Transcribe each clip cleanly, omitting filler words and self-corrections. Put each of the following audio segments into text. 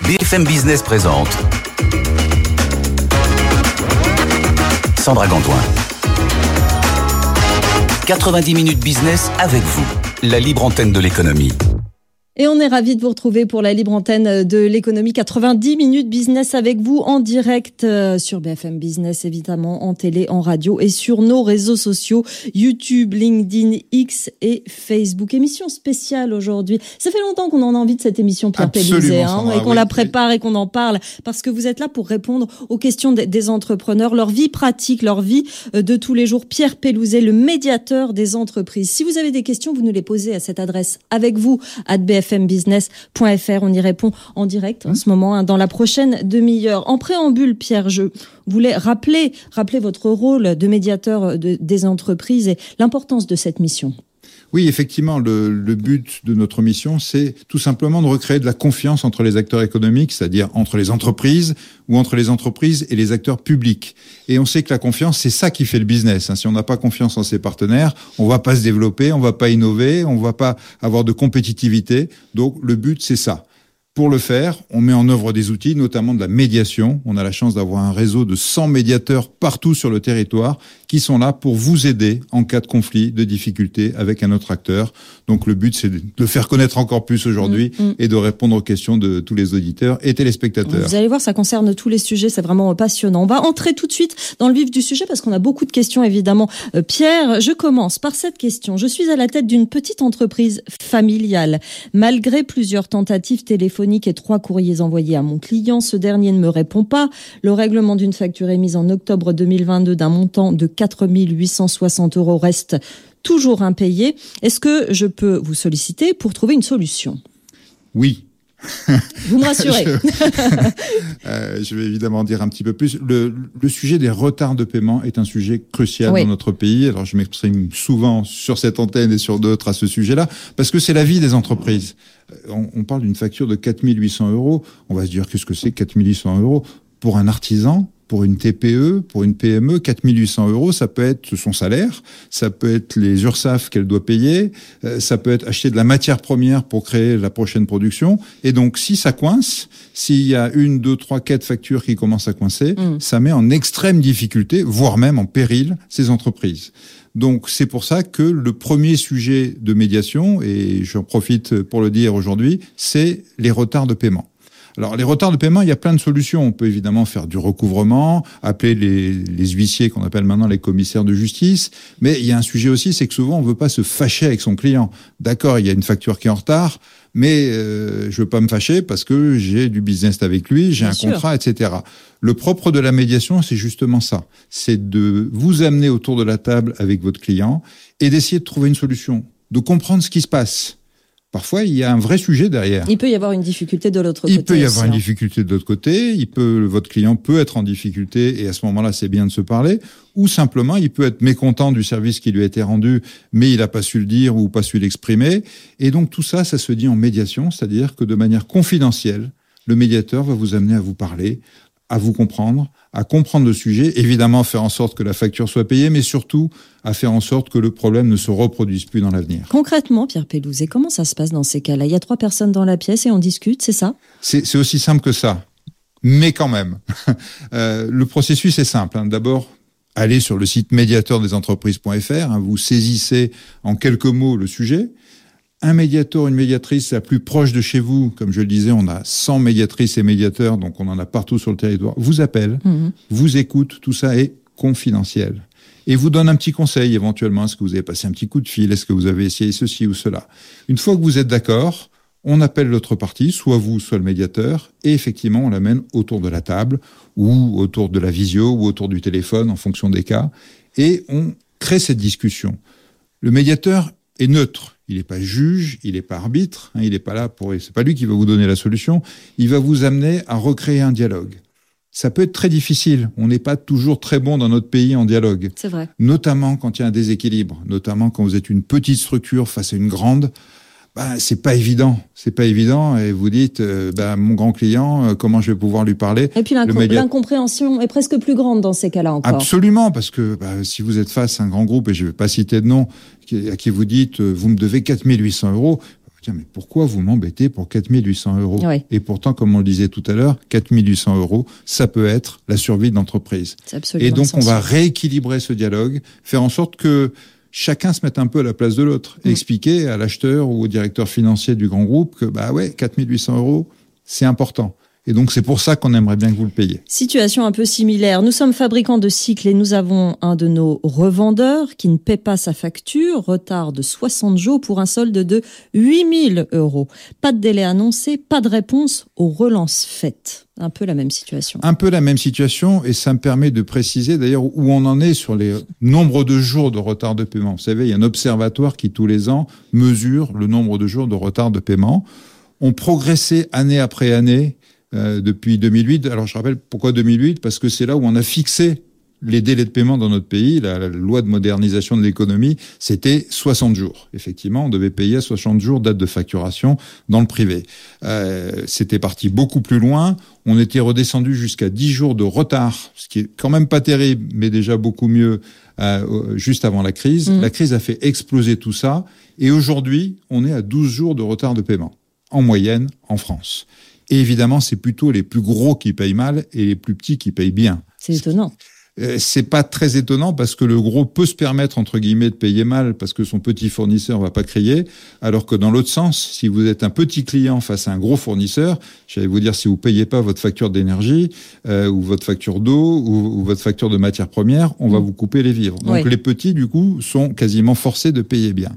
BFM Business présente Sandra Gantoin. 90 minutes business avec vous, la libre antenne de l'économie. Et on est ravis de vous retrouver pour la libre antenne de l'économie. 90 minutes business avec vous en direct sur BFM Business, évidemment, en télé, en radio et sur nos réseaux sociaux, YouTube, LinkedIn, X et Facebook. Émission spéciale aujourd'hui. Ça fait longtemps qu'on en a envie de cette émission, Pierre Pélouzet, et qu'on la prépare et qu'on en parle, parce que vous êtes là pour répondre aux questions des entrepreneurs, leur vie pratique, leur vie de tous les jours. Pierre Pélouzet, le médiateur des entreprises. Si vous avez des questions, vous nous les posez à cette adresse avec vous, @bfmbusiness.fr. On y répond en direct en ce moment, dans la prochaine demi-heure. En préambule, Pierre, je voulais rappeler votre rôle de médiateur des entreprises et l'importance de cette mission. Oui, effectivement, le but de notre mission, c'est tout simplement de recréer de la confiance entre les acteurs économiques, c'est-à-dire entre les entreprises ou entre les entreprises et les acteurs publics. Et on sait que la confiance, c'est ça qui fait le business. Si on n'a pas confiance en ses partenaires, on va pas se développer, on va pas innover, on va pas avoir de compétitivité. Donc, le but, c'est ça. Pour le faire, on met en œuvre des outils, notamment de la médiation. On a la chance d'avoir un réseau de 100 médiateurs partout sur le territoire qui sont là pour vous aider en cas de conflit, de difficulté avec un autre acteur. Donc le but, c'est de le faire connaître encore plus aujourd'hui et de répondre aux questions de tous les auditeurs et téléspectateurs. Vous allez voir, ça concerne tous les sujets, c'est vraiment passionnant. On va entrer tout de suite dans le vif du sujet parce qu'on a beaucoup de questions, évidemment. Pierre, je commence par cette question. Je suis à la tête d'une petite entreprise familiale. Malgré plusieurs tentatives téléphoniques et 3 courriers envoyés à mon client, ce dernier ne me répond pas. Le règlement d'une facture émise en octobre 2022 d'un montant de 4 860 € reste toujours impayé. Est-ce que je peux vous solliciter pour trouver une solution ? Oui. Vous me rassurez. Je vais évidemment dire un petit peu plus. Le sujet des retards de paiement est un sujet crucial dans notre pays. Alors je m'exprime souvent sur cette antenne et sur d'autres à ce sujet-là, parce que c'est la vie des entreprises. On parle d'une facture de 4 800 €. On va se dire, qu'est-ce que c'est 4 800 € pour un artisan? Pour une TPE, pour une PME, 4 800 €, ça peut être son salaire, ça peut être les URSSAF qu'elle doit payer, ça peut être acheter de la matière première pour créer la prochaine production. Et donc, si ça coince, s'il y a 1, 2, 3, 4 factures qui commencent à coincer, ça met en extrême difficulté, voire même en péril, ces entreprises. Donc, c'est pour ça que le premier sujet de médiation, et j'en profite pour le dire aujourd'hui, c'est les retards de paiement. Alors, les retards de paiement, il y a plein de solutions. On peut évidemment faire du recouvrement, appeler les huissiers qu'on appelle maintenant les commissaires de justice. Mais il y a un sujet aussi, c'est que souvent, on veut pas se fâcher avec son client. D'accord, il y a une facture qui est en retard, mais je veux pas me fâcher parce que j'ai du business avec lui, j'ai un contrat, etc. Le propre de la médiation, c'est justement ça. C'est de vous amener autour de la table avec votre client et d'essayer de trouver une solution, de comprendre ce qui se passe. Parfois, il y a un vrai sujet derrière. Il peut y avoir une difficulté de l'autre côté. Il peut y avoir une difficulté de l'autre côté. Votre client peut être en difficulté et à ce moment-là, c'est bien de se parler. Ou simplement, il peut être mécontent du service qui lui a été rendu, mais il n'a pas su le dire ou pas su l'exprimer. Et donc, tout ça, ça se dit en médiation, c'est-à-dire que de manière confidentielle, le médiateur va vous amener à vous parler, à vous comprendre, à comprendre le sujet, évidemment faire en sorte que la facture soit payée, mais surtout à faire en sorte que le problème ne se reproduise plus dans l'avenir. Concrètement, Pierre Pélouzet, comment ça se passe dans ces cas-là ? Il y a 3 personnes dans la pièce et on discute, c'est ça ? C'est aussi simple que ça, mais quand même. Le processus est simple. D'abord, allez sur le site médiateurdesentreprises.fr, vous saisissez en quelques mots le sujet. Un médiateur, une médiatrice la plus proche de chez vous, comme je le disais, on a 100 médiatrices et médiateurs, donc on en a partout sur le territoire, vous appelle, vous écoute, tout ça est confidentiel. Et vous donne un petit conseil éventuellement, est-ce que vous avez passé un petit coup de fil, est-ce que vous avez essayé ceci ou cela. Une fois que vous êtes d'accord, on appelle l'autre partie, soit vous, soit le médiateur, et effectivement on l'amène autour de la table, ou autour de la visio, ou autour du téléphone, en fonction des cas, et on crée cette discussion. Le médiateur est neutre. Il n'est pas juge, il n'est pas arbitre, il n'est pas là c'est pas lui qui va vous donner la solution. Il va vous amener à recréer un dialogue. Ça peut être très difficile. On n'est pas toujours très bon dans notre pays en dialogue. C'est vrai. Notamment quand il y a un déséquilibre. Notamment quand vous êtes une petite structure face à une grande. C'est pas évident. C'est pas évident. Et vous dites, mon grand client, comment je vais pouvoir lui parler? Et puis l'incompréhension est presque plus grande dans ces cas-là encore. Absolument, parce que si vous êtes face à un grand groupe, et je vais pas citer de nom, à qui vous dites, vous me devez 4 800 €, Tiens, mais pourquoi vous m'embêtez pour 4 800 €? Oui. Et pourtant, comme on le disait tout à l'heure, 4 800 €, ça peut être la survie de l'entreprise. C'est absolument Et donc, essentiel. on va rééquilibrer ce dialogue, faire en sorte que chacun se mette un peu à la place de l'autre. Expliquer à l'acheteur ou au directeur financier du grand groupe que, 4 800 €, c'est important. Et donc, c'est pour ça qu'on aimerait bien que vous le payiez. Situation un peu similaire. Nous sommes fabricants de cycles et nous avons un de nos revendeurs qui ne paie pas sa facture. Retard de 60 jours pour un solde de 8 000 €. Pas de délai annoncé, pas de réponse aux relances faites. Un peu la même situation. Un peu la même situation, et ça me permet de préciser d'ailleurs où on en est sur les nombres de jours de retard de paiement. Vous savez, il y a un observatoire qui tous les ans mesure le nombre de jours de retard de paiement. On progressait année après année depuis 2008. Alors je rappelle pourquoi 2008, parce que c'est là où on a fixé les délais de paiement dans notre pays. La loi de modernisation de l'économie, c'était 60 jours. Effectivement, on devait payer à 60 jours date de facturation dans le privé. C'était parti beaucoup plus loin. On était redescendu jusqu'à 10 jours de retard, ce qui est quand même pas terrible, mais déjà beaucoup mieux juste avant la crise. La crise a fait exploser tout ça. Et aujourd'hui, on est à 12 jours de retard de paiement, en moyenne, en France. Et évidemment, c'est plutôt les plus gros qui payent mal et les plus petits qui payent bien. C'est étonnant. C'est pas très étonnant parce que le gros peut se permettre, entre guillemets, de payer mal parce que son petit fournisseur va pas crier. Alors que dans l'autre sens, si vous êtes un petit client face à un gros fournisseur, j'allais vous dire, si vous payez pas votre facture d'énergie, ou votre facture d'eau, ou votre facture de matières premières, on va vous couper les vivres. Donc les petits, du coup, sont quasiment forcés de payer bien.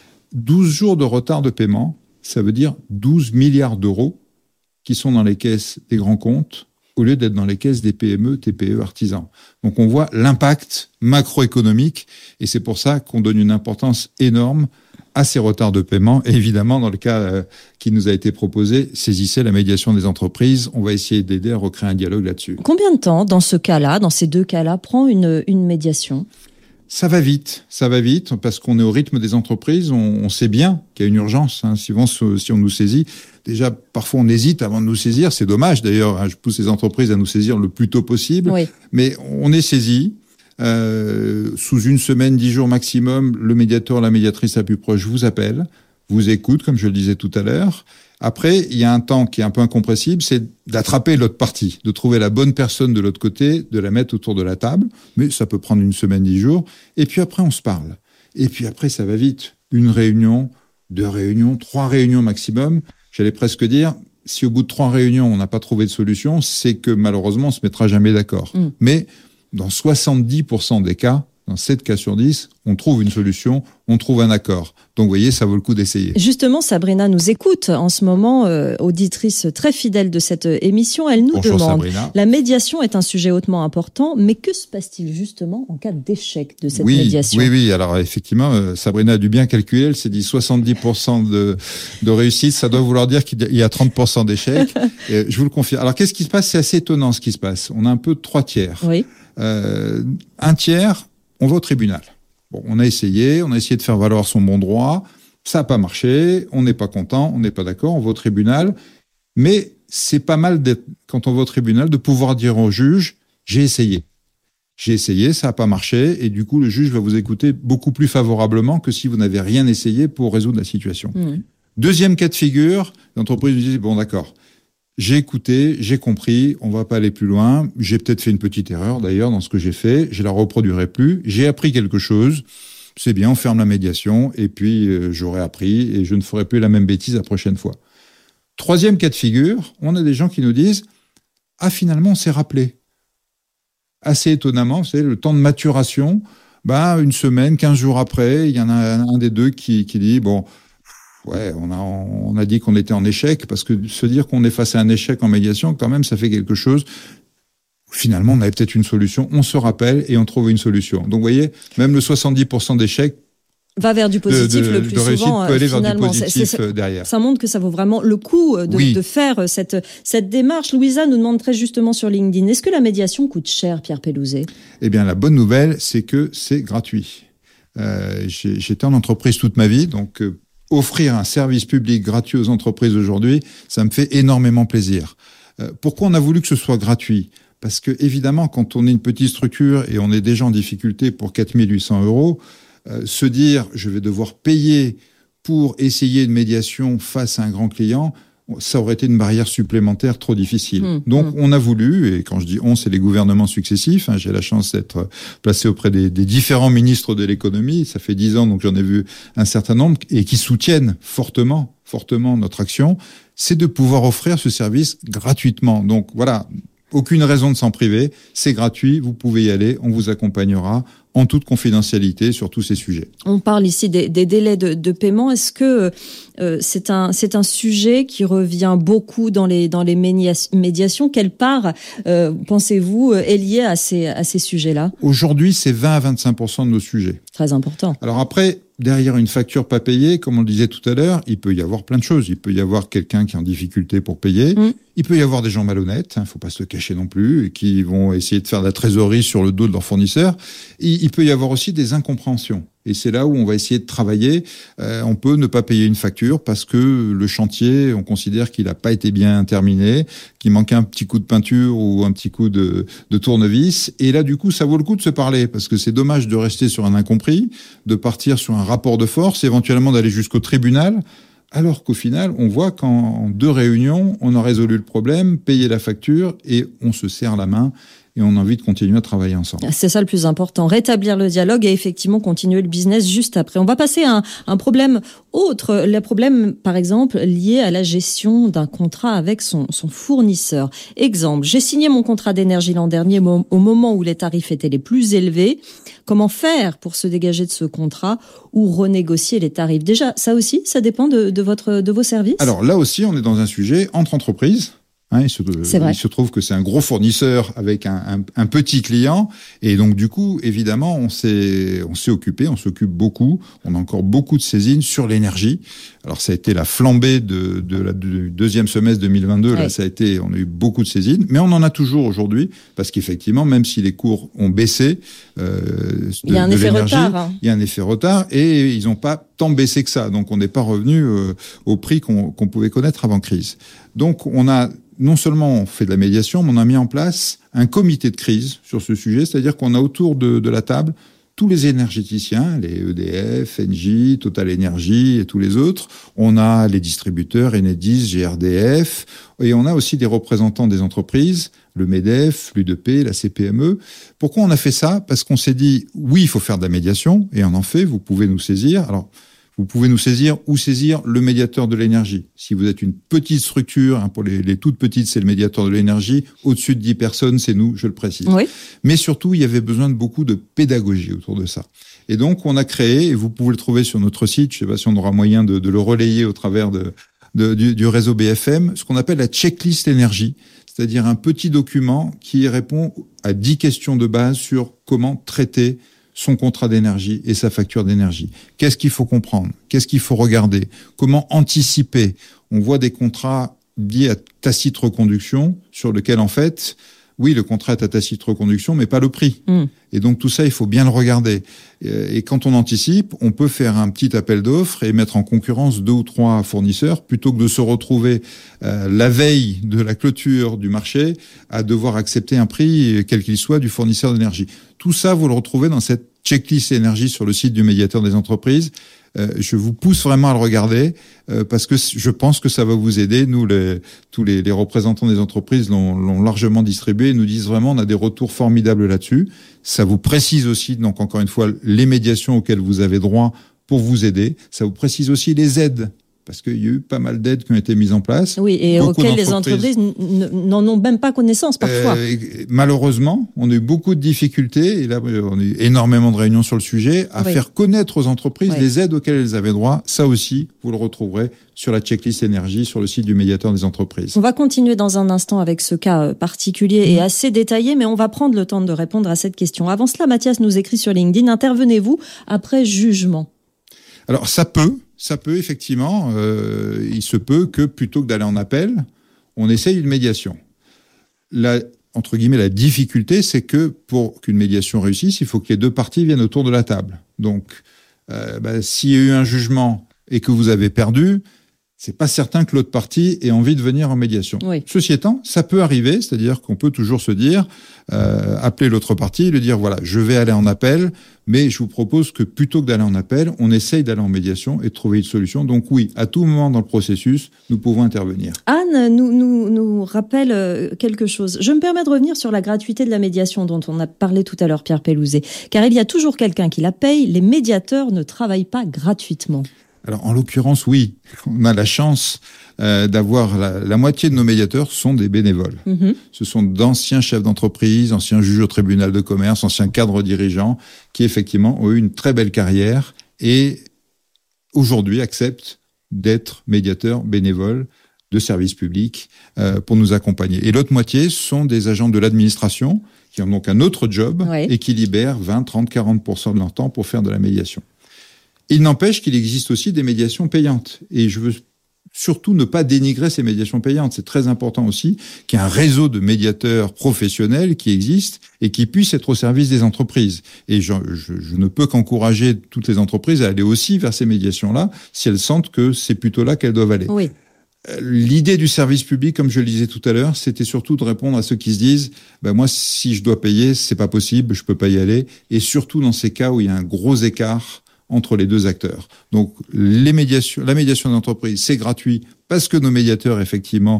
12 jours de retard de paiement, ça veut dire 12 milliards d'euros qui sont dans les caisses des grands comptes au lieu d'être dans les caisses des PME, TPE, artisans. Donc on voit l'impact macroéconomique et c'est pour ça qu'on donne une importance énorme à ces retards de paiement. Et évidemment, dans le cas qui nous a été proposé, saisissez la médiation des entreprises. On va essayer d'aider à recréer un dialogue là-dessus. Combien de temps, dans ce cas-là, dans ces deux cas-là, prend une médiation ? Ça va vite, parce qu'on est au rythme des entreprises. On sait bien qu'il y a une urgence. Si on nous saisit, déjà parfois on hésite avant de nous saisir. C'est dommage d'ailleurs. Je pousse les entreprises à nous saisir le plus tôt possible. Oui. Mais on est saisi. Sous une semaine, 10 jours maximum, le médiateur, la médiatrice la plus proche vous appelle, vous écoute, comme je le disais tout à l'heure. Après, il y a un temps qui est un peu incompressible, c'est d'attraper l'autre partie, de trouver la bonne personne de l'autre côté, de la mettre autour de la table, mais ça peut prendre une semaine, 10 jours, et puis après on se parle. Et puis après ça va vite, 1 réunion, 2 réunions, 3 réunions maximum. J'allais presque dire, si au bout de 3 réunions on n'a pas trouvé de solution, c'est que malheureusement on se mettra jamais d'accord. Mais dans 70% des cas, dans 7 cas sur 10, on trouve une solution, on trouve un accord. Donc, vous voyez, ça vaut le coup d'essayer. Justement, Sabrina nous écoute en ce moment, auditrice très fidèle de cette émission. Elle nous Bonjour, demande, Sabrina. La médiation est un sujet hautement important, mais que se passe-t-il justement en cas d'échec de cette médiation ? Oui. Alors, effectivement, Sabrina a dû bien calculer. Elle s'est dit 70% de réussite. Ça doit vouloir dire qu'il y a 30% d'échecs. Je vous le confirme. Alors, qu'est-ce qui se passe ? C'est assez étonnant ce qui se passe. On a un peu 3 tiers. Oui. Un tiers, on va au tribunal. Bon, on a essayé de faire valoir son bon droit, ça n'a pas marché, on n'est pas content, on n'est pas d'accord, on va au tribunal, mais c'est pas mal quand on va au tribunal de pouvoir dire au juge, j'ai essayé, ça n'a pas marché, et du coup le juge va vous écouter beaucoup plus favorablement que si vous n'avez rien essayé pour résoudre la situation. Deuxième cas de figure, l'entreprise nous dit, bon d'accord, j'ai écouté, j'ai compris, on va pas aller plus loin. J'ai peut-être fait une petite erreur d'ailleurs dans ce que j'ai fait. Je la reproduirai plus. J'ai appris quelque chose. C'est bien, on ferme la médiation et puis j'aurai appris et je ne ferai plus la même bêtise la prochaine fois. Troisième cas de figure, on a des gens qui nous disent « Ah, finalement, on s'est rappelé ». Assez étonnamment, vous savez, le temps de maturation, une semaine, 15 jours après, il y en a un des deux qui dit « Bon, ouais, on a dit qu'on était en échec, parce que se dire qu'on est face à un échec en médiation, quand même, ça fait quelque chose. Finalement, on avait peut-être une solution, on se rappelle et on trouve une solution. Donc, vous voyez, même le 70% d'échecs va vers du positif le plus de réussite souvent. Peut aller finalement, vers du positif derrière. Ça montre que ça vaut vraiment le coup de faire cette démarche. Louisa nous demande très justement sur LinkedIn, est-ce que la médiation coûte cher, Pierre Pellouzet ? Eh bien, la bonne nouvelle, c'est que c'est gratuit. J'étais en entreprise toute ma vie, donc offrir un service public gratuit aux entreprises aujourd'hui, ça me fait énormément plaisir. Pourquoi on a voulu que ce soit gratuit ? Parce que, évidemment, quand on est une petite structure et on est déjà en difficulté pour 4 800 €, se dire, je vais devoir payer pour essayer une médiation face à un grand client, ça aurait été une barrière supplémentaire trop difficile. Donc, on a voulu, et quand je dis on, c'est les gouvernements successifs, j'ai la chance d'être placé auprès des différents ministres de l'économie, ça fait 10 ans, donc j'en ai vu un certain nombre, et qui soutiennent fortement notre action, c'est de pouvoir offrir ce service gratuitement. Donc voilà, aucune raison de s'en priver, c'est gratuit, vous pouvez y aller, on vous accompagnera en toute confidentialité sur tous ces sujets. On parle ici des délais de paiement. Est-ce que c'est un sujet qui revient beaucoup dans les médiations? Quelle part, pensez-vous, est liée à ces sujets-là? Aujourd'hui, c'est 20 à 25% de nos sujets. Très important. Alors après, derrière une facture pas payée, comme on le disait tout à l'heure, il peut y avoir plein de choses. Il peut y avoir quelqu'un qui est en difficulté pour payer. Il peut y avoir des gens malhonnêtes, faut pas se le cacher non plus, et qui vont essayer de faire de la trésorerie sur le dos de leurs fournisseurs. Il peut y avoir aussi des incompréhensions. Et c'est là où on va essayer de travailler. On peut ne pas payer une facture parce que le chantier, on considère qu'il n'a pas été bien terminé, qu'il manque un petit coup de peinture ou un petit coup de tournevis. Et là, du coup, ça vaut le coup de se parler parce que c'est dommage de rester sur un incompris, de partir sur un rapport de force, éventuellement d'aller jusqu'au tribunal. Alors qu'au final, on voit qu'en 2 réunions, on a résolu le problème, payé la facture et on se serre la main et on a envie de continuer à travailler ensemble. C'est ça le plus important, rétablir le dialogue et effectivement continuer le business juste après. On va passer à un problème autre, le problème par exemple lié à la gestion d'un contrat avec son fournisseur. Exemple, j'ai signé mon contrat d'énergie l'an dernier au moment où les tarifs étaient les plus élevés. Comment faire pour se dégager de ce contrat ou renégocier les tarifs? Déjà, ça aussi, ça dépend de vos services? Alors là aussi, on est dans un sujet entre entreprises. Il se trouve que c'est un gros fournisseur avec un petit client et donc du coup évidemment on s'occupe beaucoup, on a encore beaucoup de saisines sur l'énergie. Alors ça a été la flambée du deuxième semestre 2022, là on a eu beaucoup de saisines, mais on en a toujours aujourd'hui parce qu'effectivement même si les cours ont baissé, il y a un effet retard. Il y a un effet retard et ils n'ont pas tant baissé que ça, donc on n'est pas revenu au prix qu'on pouvait connaître avant crise. Donc on a non seulement on fait de la médiation, mais on a mis en place un comité de crise sur ce sujet, c'est-à-dire qu'on a autour de la table tous les énergéticiens, les EDF, Engie, Total Energy et tous les autres. On a les distributeurs, Enedis, GRDF, et on a aussi des représentants des entreprises, le MEDEF, l'UDP, la CPME. Pourquoi on a fait ça? Parce qu'on s'est dit, oui, il faut faire de la médiation, et on en fait, vous pouvez nous saisir. Alors, vous pouvez nous saisir ou saisir le médiateur de l'énergie. Si vous êtes une petite structure, pour les toutes petites, c'est le médiateur de l'énergie. Au-dessus de 10 personnes, c'est nous, je le précise. Oui. Mais surtout, il y avait besoin de beaucoup de pédagogie autour de ça. Et donc, on a créé, et vous pouvez le trouver sur notre site, je ne sais pas si on aura moyen de le relayer au travers du réseau BFM, ce qu'on appelle la checklist énergie, c'est-à-dire un petit document qui répond à 10 questions de base sur comment traiter son contrat d'énergie et sa facture d'énergie. Qu'est-ce qu'il faut comprendre? Qu'est-ce qu'il faut regarder? Comment anticiper? On voit des contrats liés à tacite reconduction sur lequel, en fait, oui, le contrat est à tacite reconduction, mais pas le prix. Et donc, tout ça, il faut bien le regarder. Et quand on anticipe, on peut faire un petit appel d'offres et mettre en concurrence 2 ou 3 fournisseurs plutôt que de se retrouver la veille de la clôture du marché à devoir accepter un prix, quel qu'il soit, du fournisseur d'énergie. Tout ça, vous le retrouvez dans cette checklist énergie sur le site du médiateur des entreprises. Je vous pousse vraiment à le regarder parce que je pense que ça va vous aider. Nous, tous les représentants des entreprises l'ont largement distribué et nous disent vraiment on a des retours formidables là-dessus. Ça vous précise aussi, donc encore une fois, les médiations auxquelles vous avez droit pour vous aider. Ça vous précise aussi les aides. Parce qu'il y a eu pas mal d'aides qui ont été mises en place. Oui, et auxquelles les entreprises n'en ont même pas connaissance parfois. Malheureusement, on a eu beaucoup de difficultés, et là, on a eu énormément de réunions sur le sujet, à faire connaître aux entreprises les aides auxquelles elles avaient droit. Ça aussi, vous le retrouverez sur la checklist énergie, sur le site du médiateur des entreprises. On va continuer dans un instant avec ce cas particulier et assez détaillé, mais on va prendre le temps de répondre à cette question. Avant cela, Mathias nous écrit sur LinkedIn, intervenez-vous après jugement? Alors, ça peut effectivement, il se peut que plutôt que d'aller en appel, on essaye une médiation. Entre guillemets, la difficulté, c'est que pour qu'une médiation réussisse, il faut que les 2 parties viennent autour de la table. Donc, s'il y a eu un jugement et que vous avez perdu, c'est pas certain que l'autre partie ait envie de venir en médiation. Oui. Ceci étant, ça peut arriver, c'est-à-dire qu'on peut toujours se dire, appeler l'autre partie, lui dire, voilà, je vais aller en appel, mais je vous propose que plutôt que d'aller en appel, on essaye d'aller en médiation et de trouver une solution. Donc oui, à tout moment dans le processus, nous pouvons intervenir. Anne nous rappelle quelque chose. Je me permets de revenir sur la gratuité de la médiation dont on a parlé tout à l'heure, Pierre Pellouzet, car il y a toujours quelqu'un qui la paye. Les médiateurs ne travaillent pas gratuitement. Alors, en l'occurrence, oui, on a la chance d'avoir la moitié de nos médiateurs sont des bénévoles. Mmh. Ce sont d'anciens chefs d'entreprise, anciens juges au tribunal de commerce, anciens cadres dirigeants qui, effectivement, ont eu une très belle carrière et aujourd'hui acceptent d'être médiateurs bénévoles de services publics pour nous accompagner. Et l'autre moitié sont des agents de l'administration qui ont donc un autre job et qui libèrent 20, 30, 40% de leur temps pour faire de la médiation. Il n'empêche qu'il existe aussi des médiations payantes. Et je veux surtout ne pas dénigrer ces médiations payantes. C'est très important aussi qu'il y ait un réseau de médiateurs professionnels qui existe et qui puissent être au service des entreprises. Et je ne peux qu'encourager toutes les entreprises à aller aussi vers ces médiations-là si elles sentent que c'est plutôt là qu'elles doivent aller. Oui. L'idée du service public, comme je le disais tout à l'heure, c'était surtout de répondre à ceux qui se disent moi, si je dois payer, c'est pas possible, je peux pas y aller. Et surtout dans ces cas où il y a un gros écart entre les deux acteurs. Donc, la médiation d'entreprise, c'est gratuit parce que nos médiateurs, effectivement,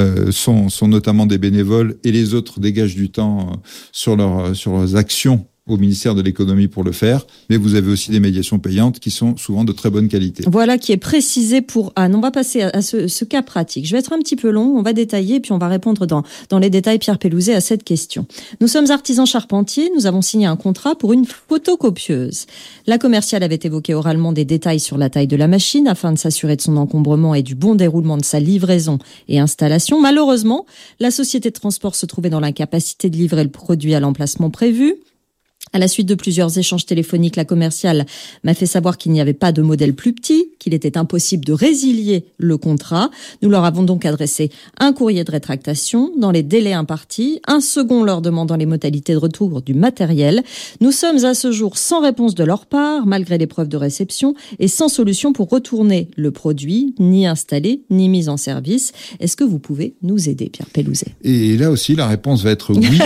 sont notamment des bénévoles et les autres dégagent du temps sur leurs actions au ministère de l'économie pour le faire, mais vous avez aussi des médiations payantes qui sont souvent de très bonne qualité. Voilà qui est précisé pour Anne. On va passer à ce cas pratique. Je vais être un petit peu long, on va détailler, puis on va répondre dans les détails, Pierre Pellouzet, à cette question. Nous sommes artisans charpentiers, nous avons signé un contrat pour une photocopieuse. La commerciale avait évoqué oralement des détails sur la taille de la machine afin de s'assurer de son encombrement et du bon déroulement de sa livraison et installation. Malheureusement, la société de transport se trouvait dans l'incapacité de livrer le produit à l'emplacement prévu. À la suite de plusieurs échanges téléphoniques, la commerciale m'a fait savoir qu'il n'y avait pas de modèle plus petit, qu'il était impossible de résilier le contrat. Nous leur avons donc adressé un courrier de rétractation dans les délais impartis, un second leur demandant les modalités de retour du matériel. Nous sommes à ce jour sans réponse de leur part, malgré les preuves de réception, et sans solution pour retourner le produit, ni installé, ni mis en service. Est-ce que vous pouvez nous aider, Pierre Pellouzet ? Et là aussi, la réponse va être oui.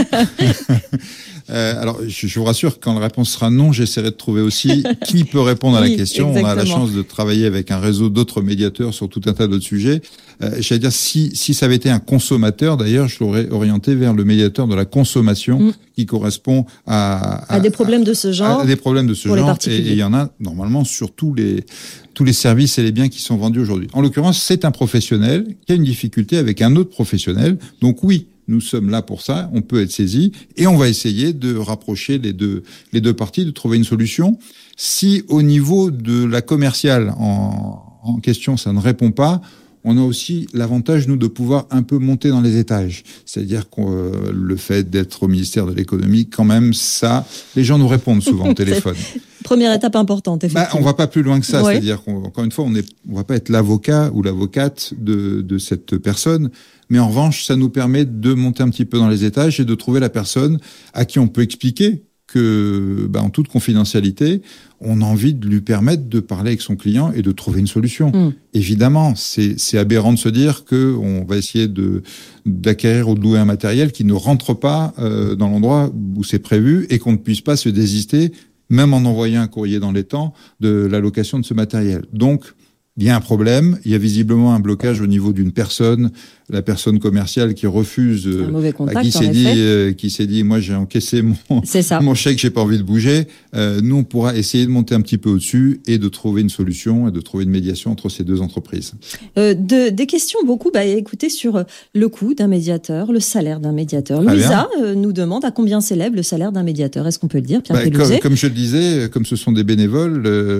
Alors, je vous rassure, quand la réponse sera non, j'essaierai de trouver aussi qui peut répondre à la question. Exactement. On a la chance de travailler avec un réseau d'autres médiateurs sur tout un tas d'autres sujets. J'allais dire, si ça avait été un consommateur, d'ailleurs, je l'aurais orienté vers le médiateur de la consommation qui correspond à des problèmes de ce genre. À des problèmes de ce genre. Et il y en a normalement sur tous les services et les biens qui sont vendus aujourd'hui. En l'occurrence, c'est un professionnel qui a une difficulté avec un autre professionnel. Donc oui, nous sommes là pour ça, on peut être saisi et on va essayer de rapprocher les deux parties, de trouver une solution. Si au niveau de la commerciale en question, ça ne répond pas, on a aussi l'avantage, nous, de pouvoir un peu monter dans les étages. C'est-à-dire que le fait d'être au ministère de l'économie, quand même, ça, les gens nous répondent souvent au téléphone. Première étape importante, effectivement. On va pas plus loin que ça. Ouais. C'est-à-dire qu'encore une fois, on va pas être l'avocat ou l'avocate de cette personne. Mais en revanche, ça nous permet de monter un petit peu dans les étages et de trouver la personne à qui on peut expliquer que, en toute confidentialité, on a envie de lui permettre de parler avec son client et de trouver une solution. Évidemment, c'est aberrant de se dire qu'on va essayer d'acquérir ou de louer un matériel qui ne rentre pas dans l'endroit où c'est prévu et qu'on ne puisse pas se désister, même en envoyant un courrier dans les temps, de la location de ce matériel. Donc, il y a un problème, il y a visiblement un blocage au niveau d'une personne, la personne commerciale qui refuse, un mauvais contact, qui s'est dit, moi j'ai encaissé mon chèque, j'ai pas envie de bouger. Nous, on pourra essayer de monter un petit peu au-dessus et de trouver une solution et de trouver une médiation entre ces deux entreprises. Des questions beaucoup, écoutez, sur le coût d'un médiateur, le salaire d'un médiateur. Louisa nous demande à combien s'élève le salaire d'un médiateur. Est-ce qu'on peut le dire, Pierre Pellouzet ? Comme je le disais, comme ce sont des bénévoles,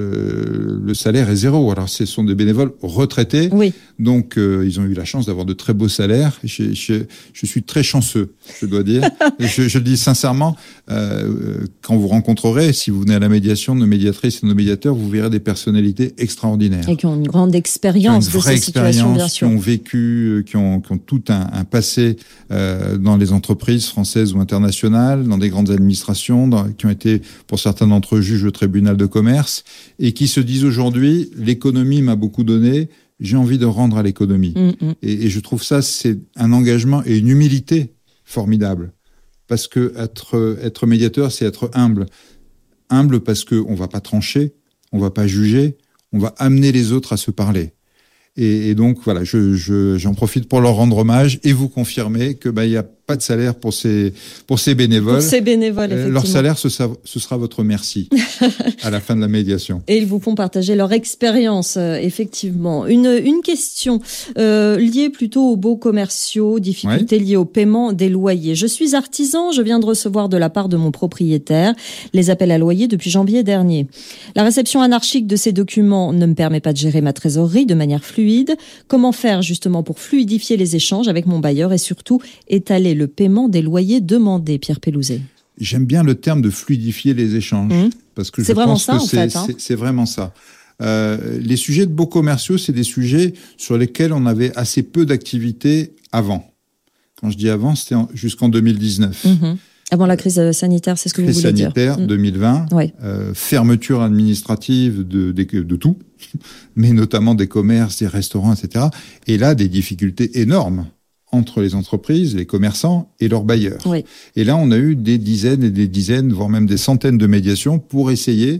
le salaire est 0. Alors, ce sont des bénévoles retraités. Oui. Donc, ils ont eu la chance d'avoir de très beaux salaires. Je suis très chanceux, je dois dire. je le dis sincèrement, quand vous rencontrerez, si vous venez à la médiation, nos médiatrices et nos médiateurs, vous verrez des personnalités extraordinaires. Et qui ont une grande expérience de ces situations, bien sûr. Qui ont vécu, qui ont tout un passé dans les entreprises françaises ou internationales, dans des grandes administrations, qui ont été, pour certains d'entre eux, juges au tribunal de commerce, et qui se disent aujourd'hui, l'économie m'a beaucoup donné, j'ai envie de rendre à l'économie. Et je trouve ça, c'est un engagement et une humilité formidable. Parce que être médiateur, c'est être humble. Humble parce qu'on ne va pas trancher, on ne va pas juger, on va amener les autres à se parler. Et donc, voilà, j'en profite pour leur rendre hommage et vous confirmer que il y a pas de salaire pour ces bénévoles. Pour ces bénévoles, effectivement. Leur salaire, ce sera votre merci à la fin de la médiation. Et ils vous font partager leur expérience, effectivement. Une question liée plutôt aux baux commerciaux, difficultés liées au paiement des loyers. Je suis artisan, je viens de recevoir de la part de mon propriétaire les appels à loyer depuis janvier dernier. La réception anarchique de ces documents ne me permet pas de gérer ma trésorerie de manière fluide. Comment faire justement pour fluidifier les échanges avec mon bailleur et surtout étaler le paiement des loyers demandés, Pierre Pellouzet? J'aime bien le terme de fluidifier les échanges. Parce que je pense que c'est vraiment ça. Les sujets de baux commerciaux, c'est des sujets sur lesquels on avait assez peu d'activité avant. Quand je dis avant, c'était jusqu'en 2019. Avant la crise sanitaire, c'est ce que vous voulez dire. Crise sanitaire, 2020, fermeture administrative de tout, mais notamment des commerces, des restaurants, etc. Et là, des difficultés énormes entre les entreprises, les commerçants et leurs bailleurs. Et là, on a eu des dizaines et des dizaines, voire même des centaines de médiations pour essayer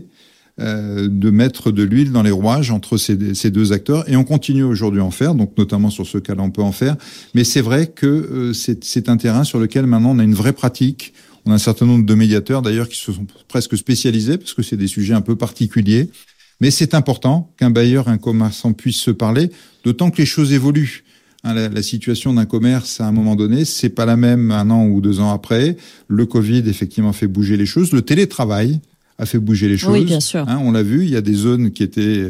de mettre de l'huile dans les rouages entre ces deux acteurs. Et on continue aujourd'hui à en faire, donc notamment sur ce cas-là, on peut en faire. Mais c'est vrai que c'est un terrain sur lequel maintenant on a une vraie pratique. On a un certain nombre de médiateurs, d'ailleurs, qui se sont presque spécialisés, parce que c'est des sujets un peu particuliers. Mais c'est important qu'un bailleur et un commerçant puissent se parler, d'autant que les choses évoluent. La situation d'un commerce, à un moment donné, c'est pas la même 1 an ou 2 ans après. Le Covid, effectivement, fait bouger les choses. Le télétravail a fait bouger les choses. Oui, bien sûr. On l'a vu, il y a des zones qui étaient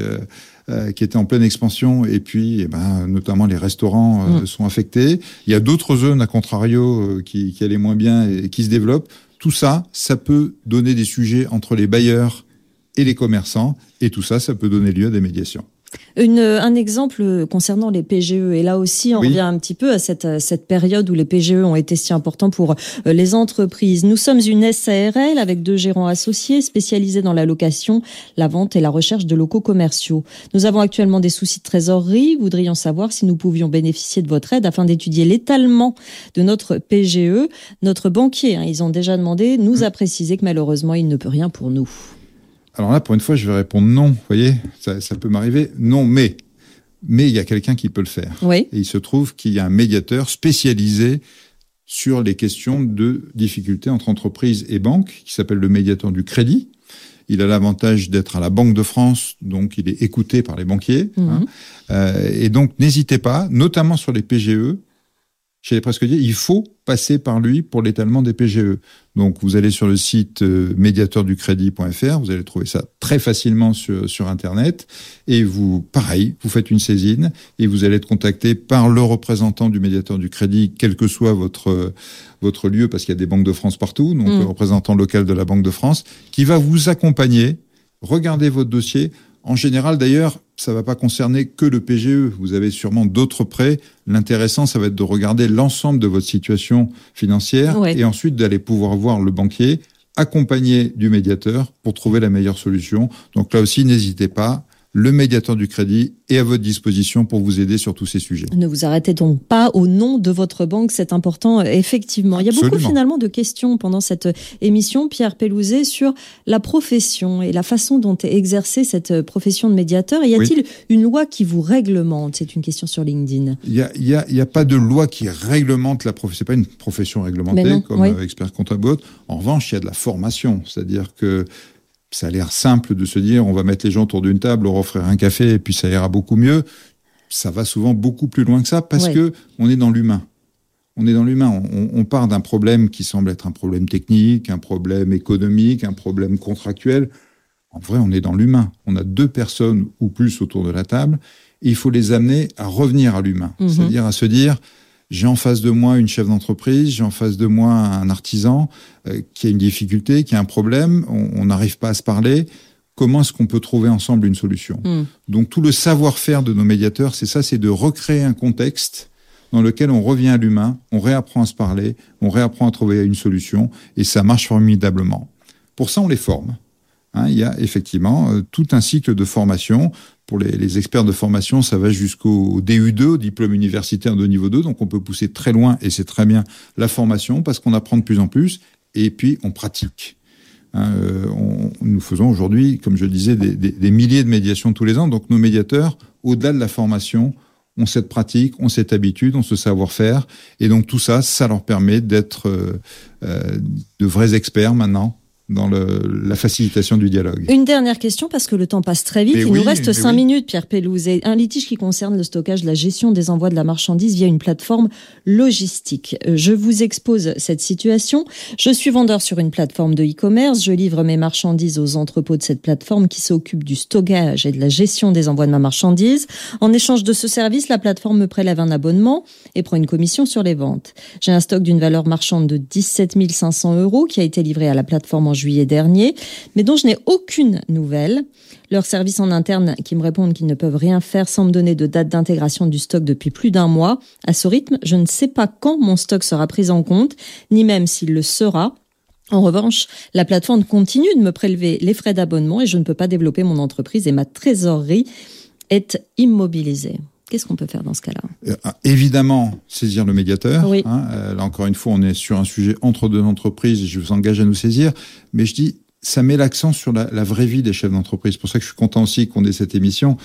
en pleine expansion, et puis, notamment les restaurants sont affectés. Il y a d'autres zones, à contrario, qui allaient moins bien et qui se développent. Tout ça, ça peut donner des sujets entre les bailleurs et les commerçants, et tout ça, ça peut donner lieu à des médiations. Un exemple concernant les PGE, et là aussi on revient un petit peu à cette période où les PGE ont été si importants pour les entreprises. Nous sommes une SARL avec 2 gérants associés spécialisés dans la location, la vente et la recherche de locaux commerciaux. Nous avons actuellement des soucis de trésorerie, voudrions savoir si nous pouvions bénéficier de votre aide afin d'étudier l'étalement de notre PGE. Notre banquier, ils ont déjà demandé, nous a précisé que malheureusement il ne peut rien pour nous. Alors là, pour une fois, je vais répondre non. Vous voyez, ça peut m'arriver. Non, mais il y a quelqu'un qui peut le faire. Et il se trouve qu'il y a un médiateur spécialisé sur les questions de difficultés entre entreprises et banques, qui s'appelle le médiateur du crédit. Il a l'avantage d'être à la Banque de France, donc il est écouté par les banquiers. Et donc, n'hésitez pas, notamment sur les PGE. J'allais presque dire, il faut passer par lui pour l'étalement des PGE. Donc, vous allez sur le site médiateurducrédit.fr, vous allez trouver ça très facilement sur Internet. Et vous, pareil, vous faites une saisine et vous allez être contacté par le représentant du médiateur du crédit, quel que soit votre lieu, parce qu'il y a des banques de France partout, donc le représentant local de la Banque de France, qui va vous accompagner, regarder votre dossier. En général, d'ailleurs, ça va pas concerner que le PGE. Vous avez sûrement d'autres prêts. L'intéressant, ça va être de regarder l'ensemble de votre situation financière et ensuite d'aller pouvoir voir le banquier accompagné du médiateur pour trouver la meilleure solution. Donc là aussi, n'hésitez pas. Le médiateur du crédit est à votre disposition pour vous aider sur tous ces sujets. Ne vous arrêtez donc pas au nom de votre banque, c'est important, effectivement. Absolument. Il y a beaucoup finalement de questions pendant cette émission, Pierre Pellouzet, sur la profession et la façon dont est exercée cette profession de médiateur. Et y a-t-il une loi qui vous réglemente? C'est une question sur LinkedIn. Il y a pas de loi qui réglemente la profession. C'est pas une profession réglementée comme expert comptable. En revanche, il y a de la formation, c'est-à-dire que ça a l'air simple de se dire on va mettre les gens autour d'une table, leur offrir un café et puis ça ira beaucoup mieux. Ça va souvent beaucoup plus loin que ça parce que on est dans l'humain. On est dans l'humain. On part d'un problème qui semble être un problème technique, un problème économique, un problème contractuel. En vrai, on est dans l'humain. On a 2 personnes ou plus autour de la table et il faut les amener à revenir à l'humain. C'est-à-dire à se dire j'ai en face de moi une chef d'entreprise, j'ai en face de moi un artisan qui a une difficulté, qui a un problème, on n'arrive pas à se parler. Comment est-ce qu'on peut trouver ensemble une solution ? Donc tout le savoir-faire de nos médiateurs, c'est ça, c'est de recréer un contexte dans lequel on revient à l'humain, on réapprend à se parler, on réapprend à trouver une solution, et ça marche formidablement. Pour ça, on les forme. Il y a effectivement tout un cycle de formation pour les experts de formation, ça va jusqu'au DU2, au diplôme universitaire de niveau 2. Donc, on peut pousser très loin, et c'est très bien, la formation, parce qu'on apprend de plus en plus, et puis on pratique. Nous faisons aujourd'hui, comme je le disais, des milliers de médiations tous les ans. Donc, nos médiateurs, au-delà de la formation, ont cette pratique, ont cette habitude, ont ce savoir-faire. Et donc, tout ça, ça leur permet d'être de vrais experts maintenant dans la facilitation du dialogue. Une dernière question, parce que le temps passe très vite. Il nous reste 5 minutes, Pierre Pellouzet. Un litige qui concerne le stockage, la gestion des envois de la marchandise via une plateforme logistique. Je vous expose cette situation. Je suis vendeur sur une plateforme de e-commerce. Je livre mes marchandises aux entrepôts de cette plateforme qui s'occupe du stockage et de la gestion des envois de ma marchandise. En échange de ce service, la plateforme me prélève un abonnement et prend une commission sur les ventes. J'ai un stock d'une valeur marchande de 17 500 € qui a été livré à la plateforme en juillet dernier, mais dont je n'ai aucune nouvelle. Leurs services en interne qui me répondent qu'ils ne peuvent rien faire sans me donner de date d'intégration du stock depuis plus d'1 mois. À ce rythme, je ne sais pas quand mon stock sera pris en compte, ni même s'il le sera. En revanche, la plateforme continue de me prélever les frais d'abonnement et je ne peux pas développer mon entreprise et ma trésorerie est immobilisée. Qu'est-ce qu'on peut faire dans ce cas-là ? Évidemment, saisir le médiateur. Oui. Là, encore une fois, on est sur un sujet entre deux entreprises et je vous engage à nous saisir. Mais je dis, ça met l'accent sur la vraie vie des chefs d'entreprise. C'est pour ça que je suis content aussi qu'on ait cette émission.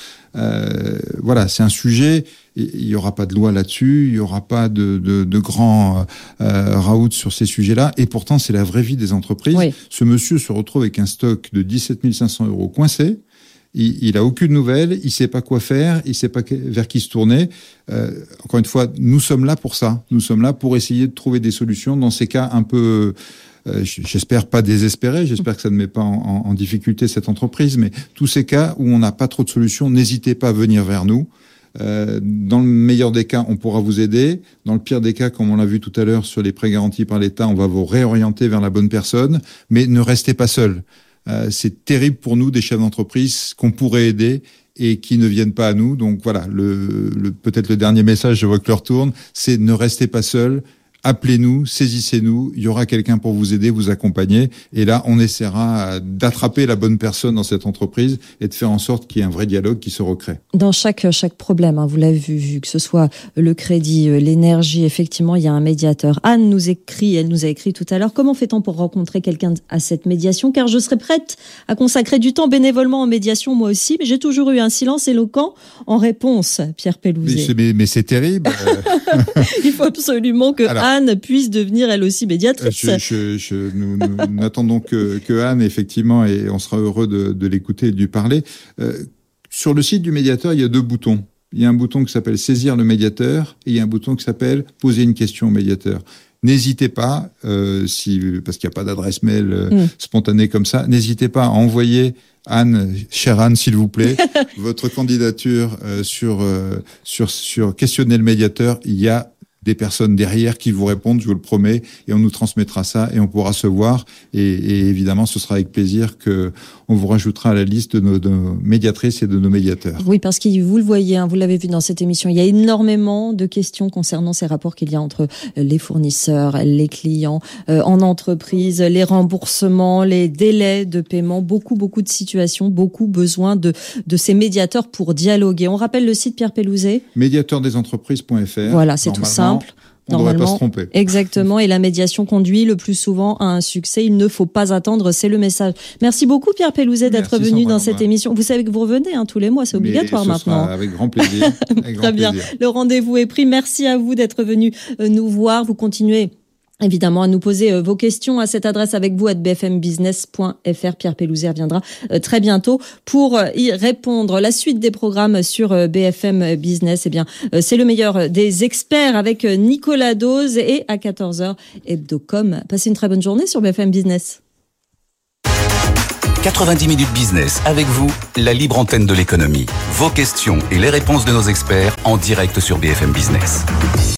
Voilà, c'est un sujet. Il n'y aura pas de loi là-dessus. Il n'y aura pas de grands raouts sur ces sujets-là. Et pourtant, c'est la vraie vie des entreprises. Oui. Ce monsieur se retrouve avec un stock de 17 500 € coincé. Il a aucune nouvelle, il sait pas quoi faire, il sait pas vers qui se tourner. Encore une fois, nous sommes là pour ça. Nous sommes là pour essayer de trouver des solutions dans ces cas un peu, j'espère pas désespérés, j'espère que ça ne met pas en difficulté cette entreprise, mais tous ces cas où on n'a pas trop de solutions, n'hésitez pas à venir vers nous. Dans le meilleur des cas, on pourra vous aider. Dans le pire des cas, comme on l'a vu tout à l'heure sur les prêts garantis par l'État, on va vous réorienter vers la bonne personne, mais ne restez pas seul. C'est terrible pour nous, des chefs d'entreprise qu'on pourrait aider et qui ne viennent pas à nous. Donc voilà, peut-être le dernier message, je vois que l'heure tourne, c'est ne restez pas seul. Appelez-nous, saisissez-nous, il y aura quelqu'un pour vous aider, vous accompagner. Et là, on essaiera d'attraper la bonne personne dans cette entreprise et de faire en sorte qu'il y ait un vrai dialogue qui se recrée. Dans chaque problème, vous l'avez vu, que ce soit le crédit, l'énergie, effectivement, il y a un médiateur. Anne nous a écrit tout à l'heure. Comment fait-on pour rencontrer quelqu'un à cette médiation ? Car je serais prête à consacrer du temps bénévolement en médiation, moi aussi, mais j'ai toujours eu un silence éloquent en réponse, Pierre Pellouzet. Mais c'est terrible. Il faut absolument que Anne puisse devenir elle aussi médiatrice. Nous n'attendons que Anne, effectivement, et on sera heureux de l'écouter et de lui parler. Sur le site du médiateur, il y a 2 boutons. Il y a un bouton qui s'appelle « Saisir le médiateur » et il y a un bouton qui s'appelle « Poser une question au médiateur ». N'hésitez pas, parce qu'il n'y a pas d'adresse mail spontanée comme ça, n'hésitez pas à envoyer Anne, chère Anne, s'il vous plaît, votre candidature sur questionner le médiateur. Il y a des personnes derrière qui vous répondent, je vous le promets, et on nous transmettra ça et on pourra se voir. Et évidemment, ce sera avec plaisir que on vous rajoutera à la liste de nos médiatrices et de nos médiateurs. Oui, parce que vous le voyez, vous l'avez vu dans cette émission, il y a énormément de questions concernant ces rapports qu'il y a entre les fournisseurs, les clients, en entreprise, les remboursements, les délais de paiement, beaucoup de situations, beaucoup besoin de ces médiateurs pour dialoguer. On rappelle le site, Pierre Pellouzet ? Médiateurdesentreprises.fr. Voilà, c'est tout simple. On ne devrait pas se tromper. Exactement. Et la médiation conduit le plus souvent à un succès. Il ne faut pas attendre. C'est le message. Merci beaucoup, Pierre Pellouzet, d'être venu dans cette émission. Vous savez que vous revenez tous les mois. C'est obligatoire maintenant. Avec grand plaisir. Très bien. Le rendez-vous est pris. Merci à vous d'être venu nous voir. Vous continuez évidemment à nous poser vos questions à cette adresse avec vous @bfmbusiness.fr. Pierre Pellouzet reviendra très bientôt pour y répondre. La suite des programmes sur BFM Business, c'est le meilleur des experts avec Nicolas Dose et à 14h Hebdocom. Passez une très bonne journée sur BFM Business. 90 minutes business avec vous, la libre antenne de l'économie. Vos questions et les réponses de nos experts en direct sur BFM Business.